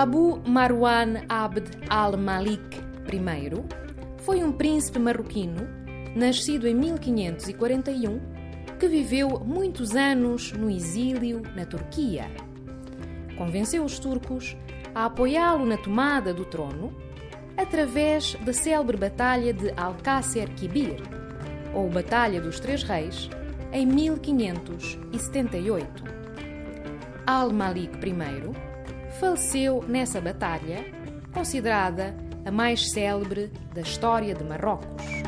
Abu Marwan Abd al-Malik I foi um príncipe marroquino, nascido em 1541, que viveu muitos anos no exílio na Turquia. Convenceu os turcos a apoiá-lo na tomada do trono através da célebre Batalha de Alcácer Quibir, ou Batalha dos Três Reis, em 1578. Al-Malik I faleceu nessa batalha, considerada a mais célebre da história de Marrocos.